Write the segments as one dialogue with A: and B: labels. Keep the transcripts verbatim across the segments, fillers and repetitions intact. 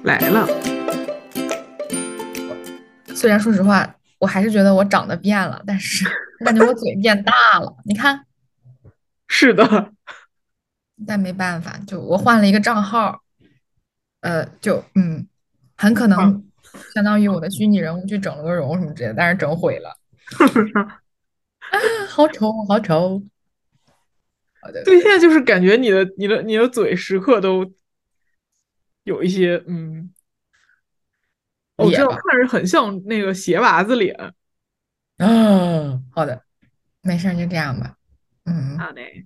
A: 来了。
B: 虽然说实话，我还是觉得我长得变了，但是我感觉我嘴变大了。你看，
A: 是的。
B: 但没办法，就我换了一个账号，呃，就嗯，很可能相当于我的虚拟人物去整了个容什么之类的，但是整毁了，好丑，好丑。好的，
A: 对，现在就是感觉你的、你的、你的嘴时刻都有一些，嗯，哦，这样
B: 咧吧。
A: 看着很像那个鞋娃子脸。
B: 啊，好的，没事儿，就这样吧。嗯
A: 啊嘞。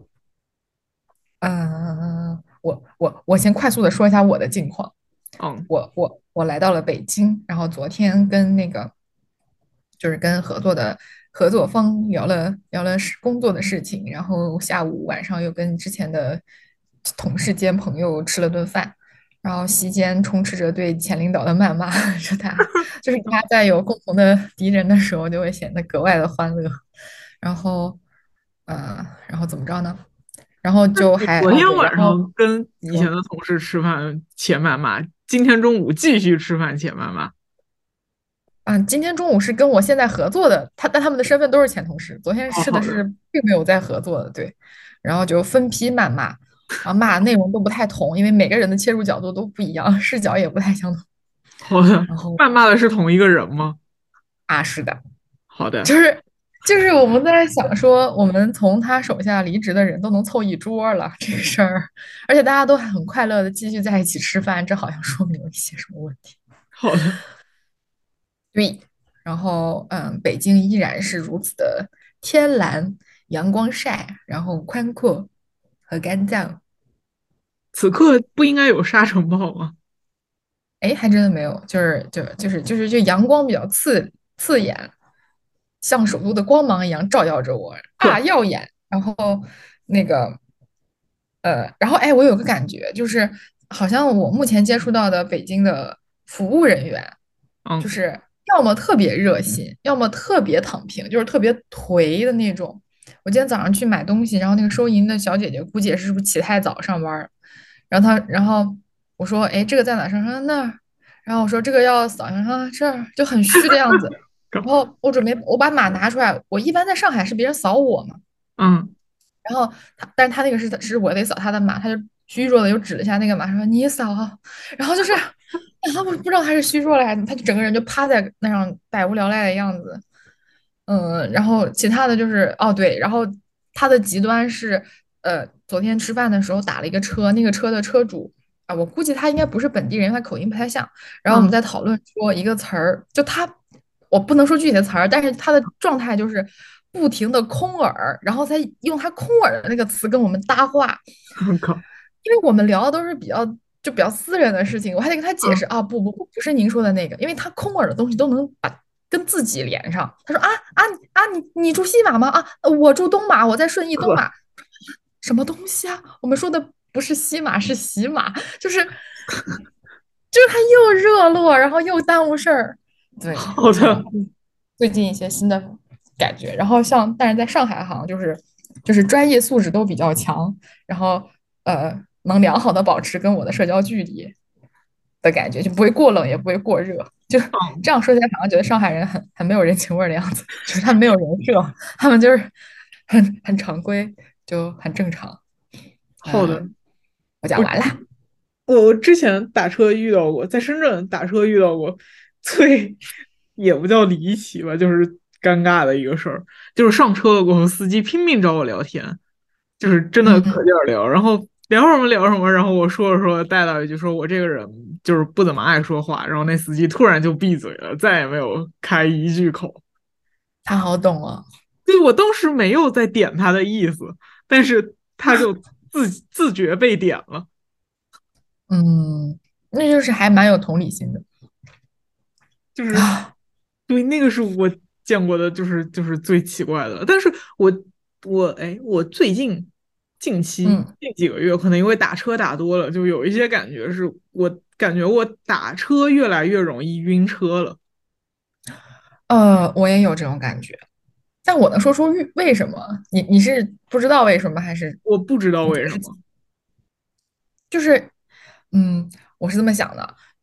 B: 嗯，我我我先快速的说一下我的近况。
A: 嗯
B: 我我我来到了北京，然后昨天跟那个就是跟合作的合作方聊了聊了事工作的事情，然后下午晚上又跟之前的同事兼朋友吃了顿饭，然后席间充斥着对前领导的谩骂，说他就是他在有共同的敌人的时候就会显得格外的欢乐，然后呃，然后怎么着呢？然后就
A: 你昨天
B: 还哦对，然后
A: 晚上跟以前
B: 说。
A: 的同事吃饭且谩骂，今天中午继续吃饭且谩骂。
B: 啊，今天中午是跟我现在合作的，他但他们的身份都是前同事。昨天
A: 哦，好的。
B: 吃的是并没有在合作的，对，然后就分批谩骂，然后骂的内容都不太同，因为每个人的切入角度都不一样，视角也不太相同。
A: 好的。
B: 然后
A: 谩骂的是同一个人吗？
B: 啊，是的，
A: 好的。
B: 就是就是我们在想说，我们从他手下离职的人都能凑一桌了这个事儿，而且大家都还很快乐的继续在一起吃饭，这好像说明了一些什么问题。
A: 好的。
B: 对，然后嗯，北京依然是如此的天蓝、阳光晒，然后宽阔和干燥。
A: 此刻不应该有沙尘暴吗？
B: 哎，还真的没有，就是就就是就是就阳光比较刺刺眼，像首都的光芒一样照耀着我啊，
A: 呵。
B: 耀眼。然后那个呃，然后哎，我有个感觉，就是好像我目前接触到的北京的服务人员，就
A: 嗯。
B: 是要么特别热心，要么特别躺平，就是特别颓的那种。我今天早上去买东西，然后那个收银的小姐姐估计也是不是起太早上班儿，然后她，然后我说，哎，这个在哪上？她说那儿，然后我说这个要扫上啊这儿，就很虚的样子。然后我准备我把码拿出来，我一般在上海是别人扫我嘛。
A: 嗯。
B: 然后他，但是他那个是是我得扫他的码，他就虚弱的又指了一下那个码，说你扫啊，然后就是，啊，我不知道他是虚弱了还是他就整个人就趴在那上百无聊赖的样子，嗯，然后其他的就是哦对，然后他的极端是，呃，昨天吃饭的时候打了一个车，那个车的车主啊，我估计他应该不是本地人，他口音不太像，然后我们在
A: 嗯。
B: 讨论说一个词儿，就他，我不能说具体的词儿，但是他的状态就是不停的空耳，然后再用他空耳的那个词跟我们搭话，
A: 我靠。
B: 因为我们聊的都是比较就比较私人的事情，我还得跟他解释
A: 嗯。
B: 啊，不不不，不是您说的那个，因为他空耳的东西都能把跟自己连上。他说啊啊啊，你你住西马吗？啊，我住东马，我在顺义东
A: 呵。
B: 马，什么东西啊？我们说的不是西马，是喜马，就是就是他又热络，然后又耽误事儿。对，嗯，
A: 好的。
B: 最近一些新的感觉，然后像但是在上海好像就是就是专业素质都比较强，然后呃能良好的保持跟我的社交距离的感觉，就不会过冷也不会过热。就
A: 嗯。
B: 这样说起来，好像觉得上海人很很没有人情味儿的样子，就是他们没有人设，他们就是很很常规，就很正常。呃，
A: 好的。
B: 我讲
A: 我
B: 完了。
A: 我之前打车遇到过，在深圳打车遇到过最也不叫离奇吧，就是尴尬的一个事儿，就是上车了过后，司机拼命找我聊天，就是真的可
B: 嗯，
A: 劲儿聊，然后聊什么聊什么，然后我说着说着带到一句说我这个人就是不怎么爱说话，然后那司机突然就闭嘴了，再也没有开一句口。
B: 他好懂哦。
A: 对，我当时没有在点他的意思，但是他就自自觉被点了。
B: 嗯，那就是还蛮有同理心的
A: 就是
B: 啊。
A: 对，那个是我见过的，就是就是最奇怪的。但是我我哎，我最近近期
B: 嗯，
A: 近几个月，可能因为打车打多了，就有一些感觉是，我感觉我打车越来越容易晕车了。
B: 呃，我也有这种感觉，但我能说出为为什么？你你是不知道为什么，还是
A: 我不知道
B: 你觉得是
A: 为什么。
B: 就是，嗯，我是这么想的，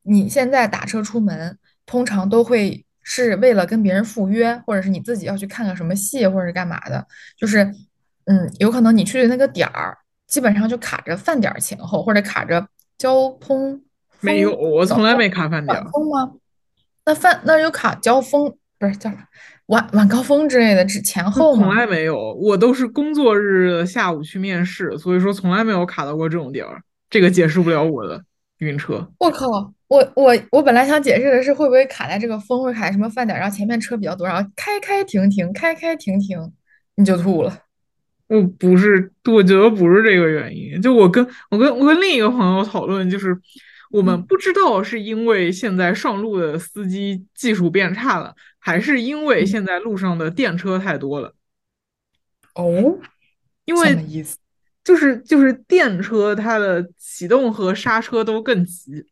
B: 你现在打车出门，通常都会是为了跟别人赴约，或者是你自己要去看个什么戏，或者是干嘛的，就是嗯，有可能你去的那个点儿，基本上就卡着饭点儿前后，或者卡着交通
A: 没有，
B: 风
A: 我
B: 早高
A: 从来没卡饭点
B: 晚
A: 儿。
B: 风吗？那饭那有卡交风，不是叫啥晚晚高峰之类的，只前
A: 就从
B: 后吗？
A: 来没有，我都是工作日的下午去面试，所以说从来没有卡到过这种点儿，这个解释不了我的晕车。
B: 我靠，我我我本来想解释的是会不会卡在这个风，会卡在什么饭点儿，然后前面车比较多，然后开开停停，开开停停，你就吐了。
A: 我不是，我觉得不是这个原因。就我跟我跟我跟另一个朋友讨论，就是我们
B: 嗯
A: 不知道是因为现在上路的司机技术变差了，还是因为
B: 嗯，
A: 现在路上的电车太多了。
B: 哦，
A: 因为
B: 什么意思？
A: 就是就是电车它的启动和刹车都更急。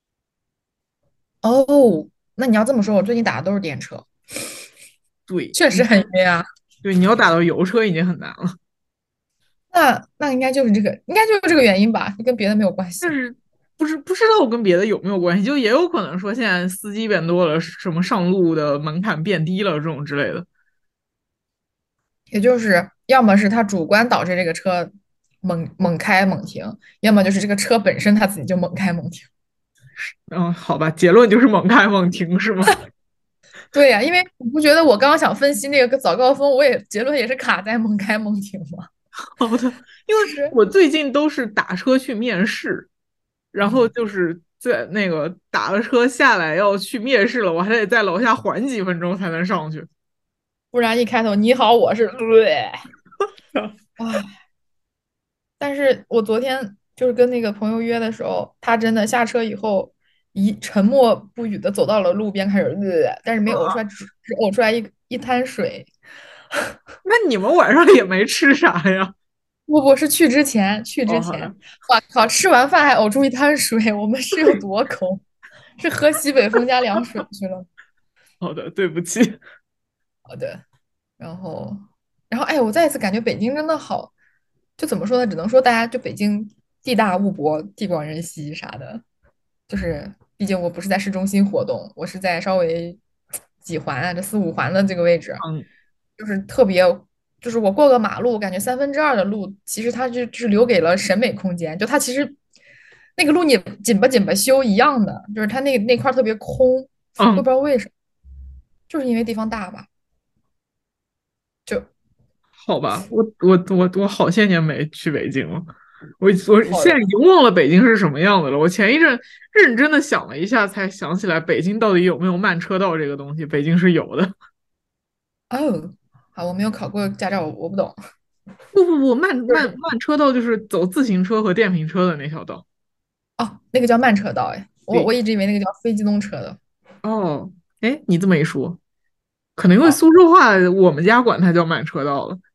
B: 哦，那你要这么说，我最近打的都是电车，
A: 对，
B: 确实
A: 你
B: 很晕啊。
A: 对你要打到油车已经很难了。
B: 那那应该就是这个，应该就是这个原因吧，跟别的没有关系。
A: 但是不是不知道跟别的有没有关系，就也有可能说现在司机变多了，什么上路的门槛变低了这种之类的。
B: 也就是要么是他主观导致这个车猛猛开猛停，要么就是这个车本身它自己就猛开猛停。
A: 嗯，好吧，结论就是猛开猛停是吗？
B: 对呀，因为你不觉得我刚刚想分析那个早高峰，我也结论也是卡在猛开猛停吗？
A: 好的，因为
B: 是，
A: 我最近都是打车去面试，然后
B: 嗯，
A: 就是在那个打了车下来要去面试了，我还得在楼下缓几分钟才能上去。
B: 不然一开头你好，我是，对，唉，但是我昨天就是跟那个朋友约的时候，他真的下车以后一沉默不语的走到了路边开始，呃但是没呕出来，只只呕出来一一滩水。
A: 那你们晚上也没吃啥呀？
B: 不不是去之前，去之
A: 哦，好
B: 前，
A: 的，
B: 哇靠！吃完饭还呕出一滩水，我们是有多抠？是喝西北风加凉水去了。
A: 好的，对不起。
B: 好的，然后，然后，哎，我再一次感觉北京真的好，就怎么说呢？只能说大家就北京地大物博，地广人稀啥的，就是毕竟我不是在市中心活动，我是在稍微几环啊，这四五环的这个位置，
A: 嗯
B: 就是特别，就是我过个马路，感觉三分之二的路其实它就就是留给了审美空间，就它其实那个路你紧吧紧吧修一样的，就是它那那块儿特别空，我也不
A: 嗯，
B: 知道为什么，就是因为地方大吧，就
A: 好吧，我我我我好些年没去北京了，我我
B: 好的。
A: 现在已经忘了北京是什么样子了。我前一阵认真的想了一下，才想起来北京到底有没有慢车道这个东西。北京是有的。
B: 哦，好，我没有考过驾照，我我不懂。
A: 不不不，慢慢
B: 就是
A: 慢车道就是走自行车和电瓶车的那条道。
B: 哦，那个叫慢车道，哎，我我
A: 对，
B: 一直以为那个叫非机动车的。
A: 哦，哎，你这么一说，可能因为
B: 好
A: 苏州话，我们家管它叫慢车道了。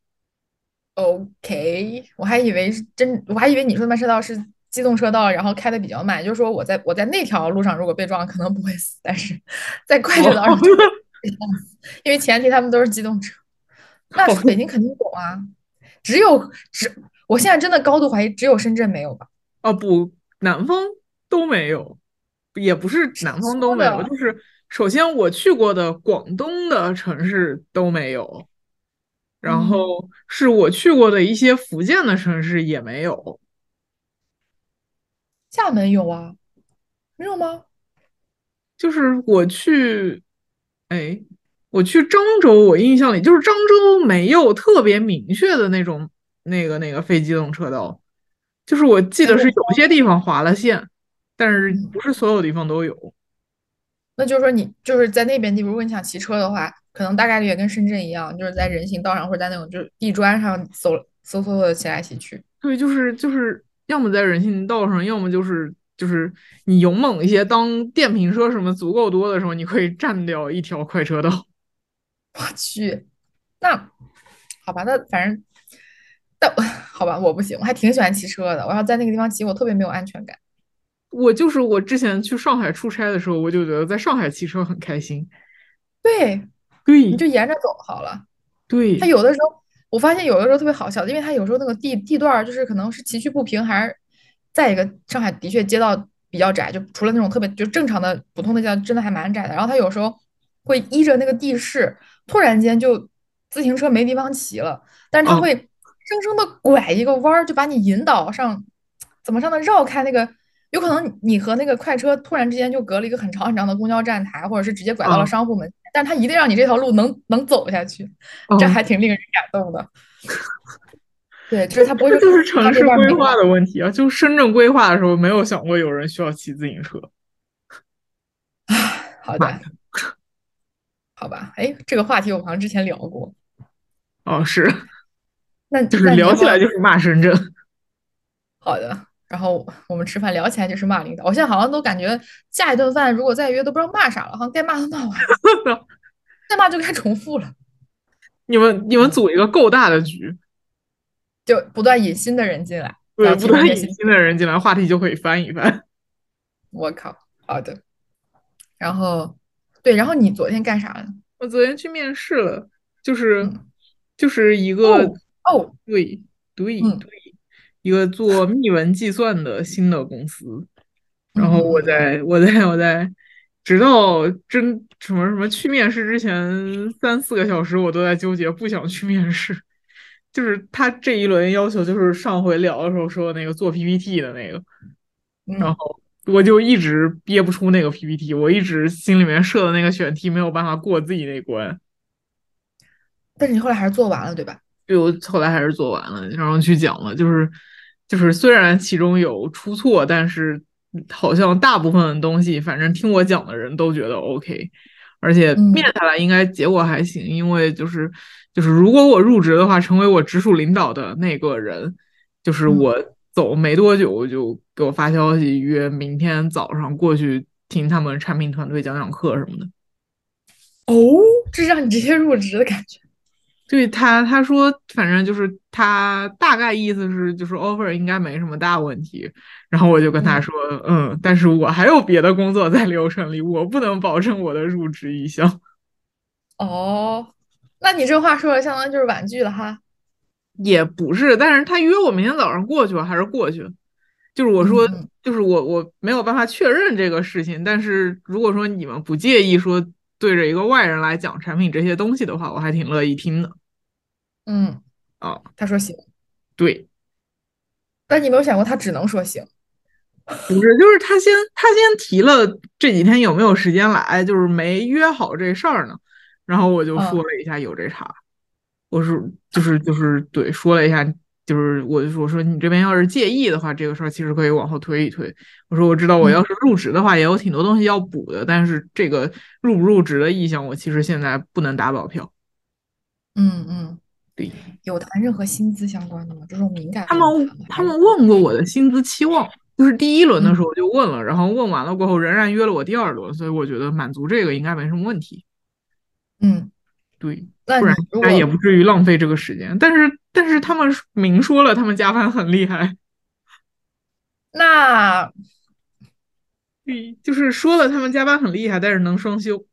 B: ，OK，我还以为是真，我还以为你说的慢车道是机动车道，然后开的比较慢，就是说我在我在那条路上如果被撞，可能不会死，但是在快
A: 哦，
B: 车道上就会被撞死，因为前提他们都是机动车。那
A: 好
B: 北京肯定有啊，只有只，我现在真的高度怀疑只有深圳没有吧？
A: 哦不，南方都没有，也不是
B: 谁
A: 南方都没有，
B: 说的？
A: 就是首先我去过的广东的城市都没有，然后
B: 嗯，
A: 是我去过的一些福建的城市也没有。
B: 厦门有啊，没有吗？
A: 就是我去，哎，我去漳州，我印象里就是漳州没有特别明确的那种那个那个非机动车道，就是我记
B: 哎，
A: 得是
B: 我
A: 有些地方划了线，但是
B: 嗯。
A: 不是所有地方都有。
B: 那就是说你就是在那边地，如果你想骑车的话，可能大概率也跟深圳一样，就是在人行道上或者在那种就是地砖上嗖嗖嗖的骑来骑去。
A: 对，就是就是要么在人行道上，要么就是就是你勇猛一些，当电瓶车什么足够多的时候，你可以占掉一条快车道。
B: 我去，那好吧，那反正但好吧，我不行，我还挺喜欢骑车的。我要在那个地方骑，我特别没有安全感。
A: 我就是我之前去上海出差的时候，我就觉得在上海骑车很开心。
B: 对，你
A: 对
B: 就沿着走好了。它
A: 对，
B: 有的时候，我发现有的时候特别好笑，因为它有时候那个地地段儿就是可能是崎岖不平，还是再一个上海的确街道比较窄，就除了那种特别就正常的普通的街道，真的还蛮窄的。然后它有时候会依着那个地势，突然间就自行车没地方骑了，但是它
A: 哦
B: 会生生的拐一个弯儿，就把你引导上，怎么上的绕开那个。有可能你和那个快车突然之间就隔了一个很长很长的公交站台，或者是直接拐到了
A: 哦
B: 商户门，但它一定让你这条路能能走下去，这
A: 哦，
B: 还挺令人感动的。对，就
A: 这
B: 是他不会说
A: 这就是城
B: 他这
A: 市规划
B: 段没了。
A: 的问题啊！就深圳规划的时候，没有想过有人需要骑自行车。
B: 好的，
A: 妈的，
B: 好吧，哎，这个话题我好像之前聊过。
A: 哦，是，
B: 那
A: 就是
B: 那你要不要？
A: 聊起来就是骂深圳。
B: 好的，然后我们吃饭聊起来就是骂领导。我现在好像都感觉下一顿饭如果再约都不知道骂啥了，好像该骂都骂完了，再骂就该重复了，
A: 你们你们组一个够大的局，
B: 就不断引新的人进来，然
A: 对，
B: 后
A: 不断引
B: 提供一些新。
A: 新的人进来，话题就可以翻一翻。
B: 我靠，好的。然后对，然后你昨天干啥了？
A: 我昨天去面试了，就是
B: 嗯，
A: 就是一个
B: 哦哦，
A: 对对
B: 嗯
A: 对，一个做密文计算的新的公司。
B: 嗯
A: 然后我
B: 嗯嗯
A: 在我在我在，直到真什么什么去面试之前三四个小时，我都在纠结不想去面试。就是他这一轮要求，就是上回聊的时候说的那个做 P P T 的那个，然
B: 嗯，
A: 后我就一直憋不出那个 P P T，我一直心里面设的那个选题没有办法过自己那关。
B: 但是你后来还是做完了，对吧？
A: 就后来还是做完了，然后去讲了，就是就是虽然其中有出错，但是好像大部分的东西，反正听我讲的人都觉得 OK，而且面
B: 嗯
A: 下来应该结果还行，因为就是就是如果我入职的话，成为我直属领导的那个人，就是
B: 嗯，
A: 我走没多久就给我发消息约明天早上过去听他们产品团队讲讲课什么的。
B: 哦，这是让你直接入职的感觉。
A: 对他，他说，反正就是他大概意思是，就是 offer 应该没什么大问题。然后我就跟他
B: 嗯，
A: 说，嗯，但是我还有别的工作在流程里，我不能保证我的入职意向。
B: 哦，那你这话说的相当于就是婉拒了哈。
A: 也不是，但是他约我明天早上过去，我还是过去。就是我说，
B: 嗯嗯
A: 就是我我没有办法确认这个事情，但是如果说你们不介意说对着一个外人来讲产品这些东西的话，我还挺乐意听的
B: 嗯，
A: 啊。
B: 他说行，
A: 对，
B: 但你有没有想过他只能说行？
A: 不是，就是他先他先提了这几天有没有时间来，就是没约好这事儿呢。然后我就说
B: 嗯
A: 了一下有这茬，我说就是就是对说了一下，就是我就说我说你这边要是介意的话，这个事儿其实可以往后推一推。我说我知道我要
B: 嗯
A: 是入职的话，也有挺多东西要补的，但是这个入不入职的意向，我其实现在不能打保票。
B: 嗯嗯，
A: 对，
B: 有谈任何薪资相关的吗？这种敏感
A: 他们
B: 要谈吗？还是
A: 他们问过我的薪资期望，就是第一轮的时
B: 嗯
A: 候就问了，然后问完了过后仍然约了我第二轮，所以我觉得满足这个应该没什么问题。
B: 嗯，
A: 对，
B: 那
A: 不然
B: 你如果
A: 应该也不至于浪费这个时间。但是但是他们明说了，他们加班很厉害。
B: 那
A: 对，就是说了他们加班很厉害，但是能双休。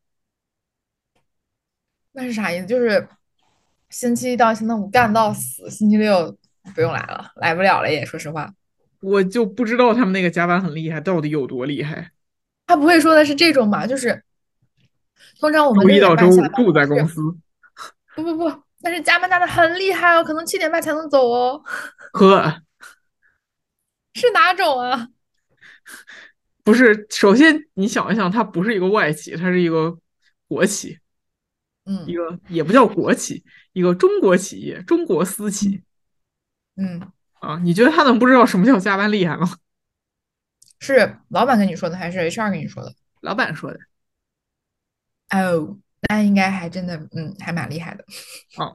B: 那是啥意思？就是星期一到星期五干到死，星期六不用来了，来不了了也。说实话，
A: 我就不知道他们那个加班很厉害到底有多厉害。
B: 他不会说的是这种吧？就是通常我们
A: 周一
B: 六点
A: 到周五
B: 半下班，
A: 住在公
B: 是
A: 司，
B: 不不不，但是加班加的很厉害哦，可能七点半才能走哦，
A: 呵，
B: 是哪种啊？
A: 不是。首先你想一想，它不是一个外企，它是一个国企。一
B: 嗯
A: 个也不叫国企，一个中国企业，中国私企
B: 嗯嗯，
A: 啊。你觉得他能不知道什么叫加班厉害吗？
B: 是老板跟你说的还是 H R 跟你说的？
A: 老板说的
B: 哦，那应该还真的，嗯，还蛮厉害的。
A: 啊。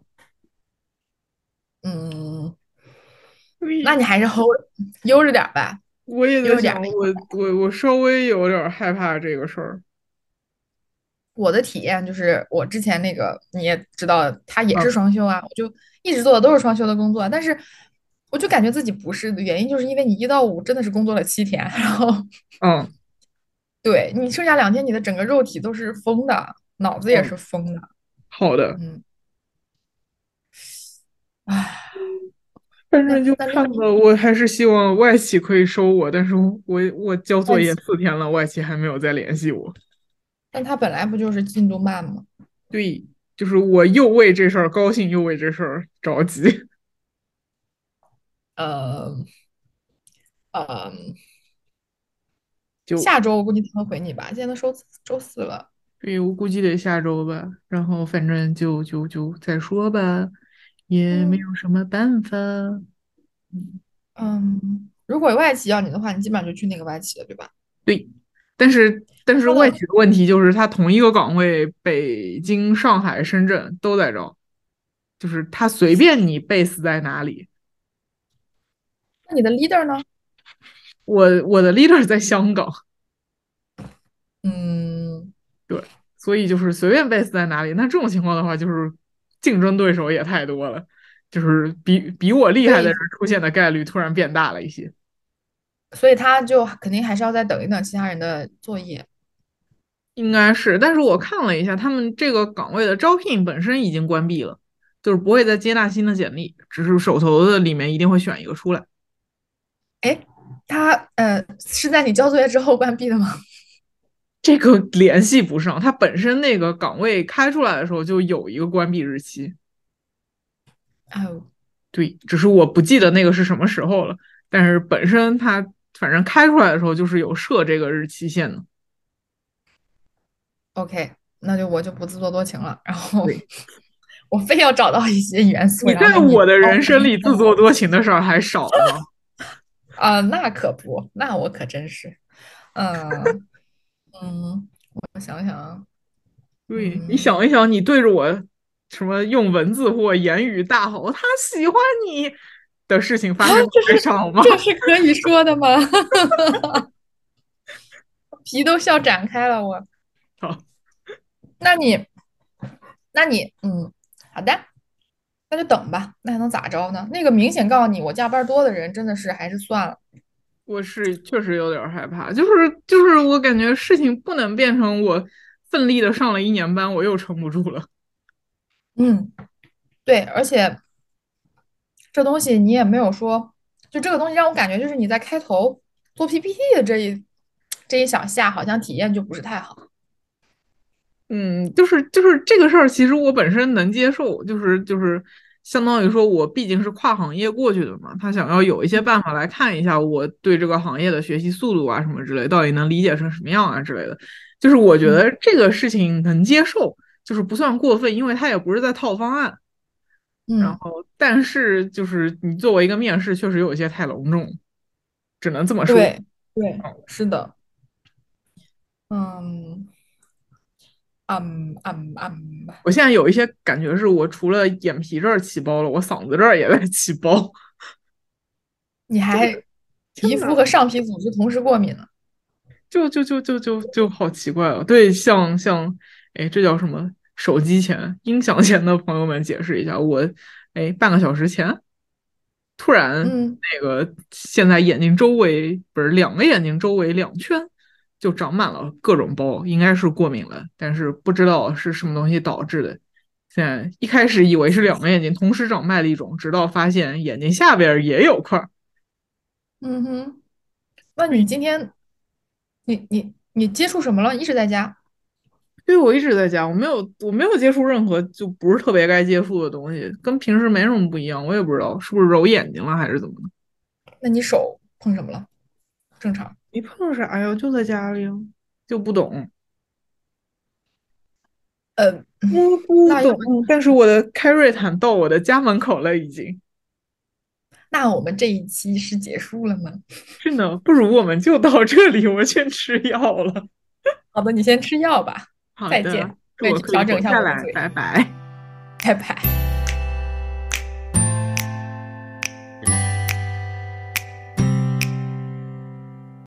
B: 嗯，那
A: 对，
B: 你还是 hold 悠着点儿吧，
A: 我也在想，
B: 悠着点儿。
A: 我我我稍微有点害怕这个事儿
B: 我的体验就是，我之前那个你也知道，他也
A: 啊。
B: 是双休啊，我就一直做的都是双休的工作，但是我就感觉自己不是的原因，就是因为你一到五真的是工作了七天，然后
A: 嗯
B: 对你剩下两天，你的整个肉体都是疯的，脑子也
A: 嗯，
B: 是疯的。
A: 好的。
B: 嗯，唉，
A: 反正就
B: 那那另
A: 看吧，我还是希望外企可以收我，但是我我我交作业
B: 外企，
A: 四天了，外企还没有再联系我。
B: 但他本来不就是进度慢吗？
A: 对，就是我又为这事儿高兴，又为这事儿着急。
B: 呃呃，
A: 就
B: 下周我估计他会回你吧，现在都周周四了。
A: 对，我估计得下周吧，然后反正就就就再说吧，也没
B: 嗯
A: 有什么办法。
B: 嗯，如果外企要你的话，你基本上就去那个外企了，对吧？
A: 对，但是但是
B: 他的，
A: 外企的问题就是，它同一个岗位，北京、上海、深圳都在招，就是他随便你 base 在哪里。
B: 那你的 leader 呢？
A: 我我的 leader 在香港，
B: 嗯，
A: 对，所以就是随便 base 在哪里。那这种情况的话，就是竞争对手也太多了，就是比比我厉害的人
B: 所以
A: 出现的概率突然变大了一些。
B: 所以他就肯定还是要再等一等其他人的作业。
A: 应该是，但是我看了一下，他们这个岗位的招聘本身已经关闭了，就是不会再接纳新的简历，只是手头的里面一定会选一个出来。
B: 哎，他呃是在你交作业之后关闭的吗？
A: 这个联系不上，它本身那个岗位开出来的时候就有一个关闭日期。
B: 哦
A: 对，只是我不记得那个是什么时候了，但是本身它反正开出来的时候就是有设这个日期线的。
B: ，OK，那就我就不自作多情了，然后
A: 对，
B: 我非要找到一些元素，
A: 你
B: 然后给你
A: 在我的
B: 包
A: 人生里自作多情的事儿还少吗？
B: 啊，那可不，那我可真是，嗯嗯，我想想啊，
A: 对，你
B: 嗯，
A: 想一想，你对着我什么用文字或言语大吼“他喜欢你”的事情
B: 啊，
A: 发生的
B: 这是
A: 还少吗？
B: 这是可以说的吗？皮都笑展开了我。
A: 好，
B: 那你，那你，嗯，好的，那就等吧。那还能咋着呢？那个明显告诉你，我加班多的人真的是还是算了。
A: 我是确实有点害怕，就是就是我感觉事情不能变成我奋力的上了一年班，我又撑不住了。
B: 嗯，对，而且这东西你也没有说，就这个东西让我感觉就是你在开头做 P P T 的这一这一小下，好像体验就不是太好。
A: 嗯，就是就是这个事儿，其实我本身能接受，就是就是相当于说我毕竟是跨行业过去的嘛，他想要有一些办法来看一下我对这个行业的学习速度啊什么之类，到底能理解成什么样啊之类的，就是我觉
B: 嗯
A: 得这个事情能接受，就是不算过分，因为他也不是在套方案。然
B: 嗯，
A: 后，但是就是你作为一个面试，确实有一些太隆重，只能这么说。
B: 对对，是的，嗯嗯嗯嗯，
A: 我现在有一些感觉，是我除了眼皮这儿起包了，我嗓子这儿也在起包。
B: 你还皮肤
A: 天呐，
B: 和上皮组织同时过敏了。
A: 就就就就就就好奇怪哦。对，像像，哎，这叫什么？手机前、音响前的朋友们解释一下，我哎半个小时前突然
B: 嗯
A: 那个现在眼睛周围不是两个眼睛周围两圈就长满了各种包，应该是过敏了，但是不知道是什么东西导致的。现在一开始以为是两个眼睛同时长麦粒肿，直到发现眼睛下边也有块儿。
B: 嗯哼，那你
A: 对，
B: 今天你你你接触什么了？一直在家。
A: 因为我一直在家，我没有我没有接触任何就不是特别该接触的东西，跟平时没什么不一样。我也不知道是不是揉眼睛了还是怎么的。
B: 那你手碰什么了？正常。
A: 你碰啥呀？就在家里啊，就不懂。
B: 呃，
A: 我不
B: 那要
A: 懂，但是我的开瑞坦到我的家门口了，已经。
B: 那我们这一期是结束了吗？
A: 是呢，不如我们就到这里，我去吃药了。
B: 好的，你先吃药吧。
A: 好的，
B: 再见，我也
A: 祝我可以
B: 去调整一下
A: 活下来，
B: 我的嘴。
A: 拜拜。
B: 拜拜。